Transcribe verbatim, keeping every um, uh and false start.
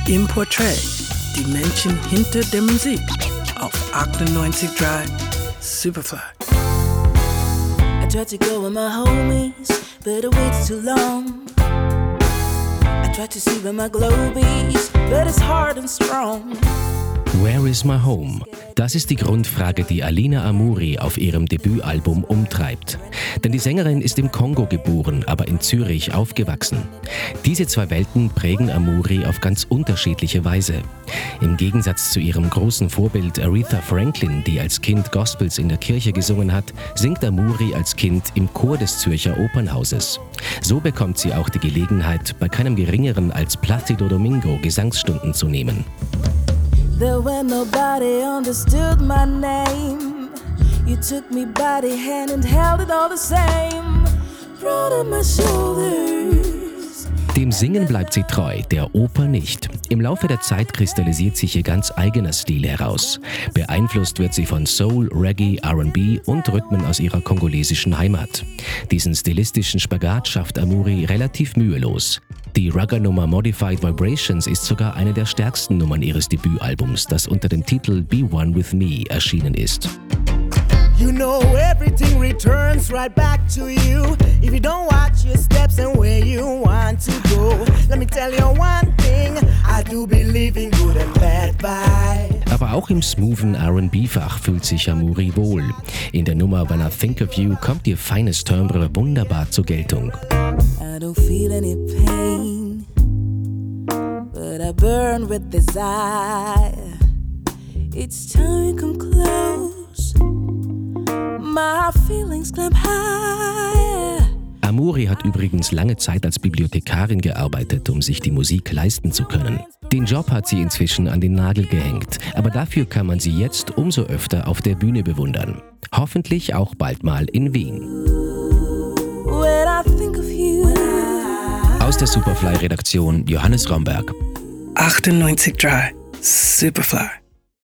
Im Portrait, die Menschen hinter der Musik auf achtundneunzig Komma drei Superfly. I tried to go with my homies, but the wait's too long. I tried to see where my globe is, but it's hard and strong. Where is my home? Das ist die Grundfrage, die Alina Amuri auf ihrem Debütalbum umtreibt. Denn die Sängerin ist im Kongo geboren, aber in Zürich aufgewachsen. Diese zwei Welten prägen Amuri auf ganz unterschiedliche Weise. Im Gegensatz zu ihrem großen Vorbild Aretha Franklin, die als Kind Gospels in der Kirche gesungen hat, singt Amuri als Kind im Chor des Zürcher Opernhauses. So bekommt sie auch die Gelegenheit, bei keinem Geringeren als Plácido Domingo Gesangsstunden zu nehmen. There when nobody understood my name, you took me by the hand and held it all the same. Proud of my shoulders. Dem Singen bleibt sie treu, der Oper nicht. Im Laufe der Zeit kristallisiert sich ihr ganz eigener Stil heraus. Beeinflusst wird sie von Soul, Reggae, R and B und Rhythmen aus ihrer kongolesischen Heimat. Diesen stilistischen Spagat schafft Amuri relativ mühelos. Die Rugger-Nummer Modified Vibrations ist sogar eine der stärksten Nummern ihres Debütalbums, das unter dem Titel Be One With Me erschienen ist. You know everything returns right back to you if you don't watch your steps and where you want to go. Let me tell you one thing, I do believe in good and bad vibes. Aber auch im smoothen R and B-Fach fühlt sich Amuri wohl. In der Nummer When I Think of You kommt ihr feines Timbre wunderbar zur Geltung. I don't feel any pain, but I burn with desire. It's time you come close, my feelings climb higher. Amuri hat übrigens lange Zeit als Bibliothekarin gearbeitet, um sich die Musik leisten zu können. Den Job hat sie inzwischen an den Nagel gehängt, aber dafür kann man sie jetzt umso öfter auf der Bühne bewundern. Hoffentlich auch bald mal in Wien. When I think of you. Aus der Superfly-Redaktion Johannes Romberg. achtundneunzig Komma drei Superfly.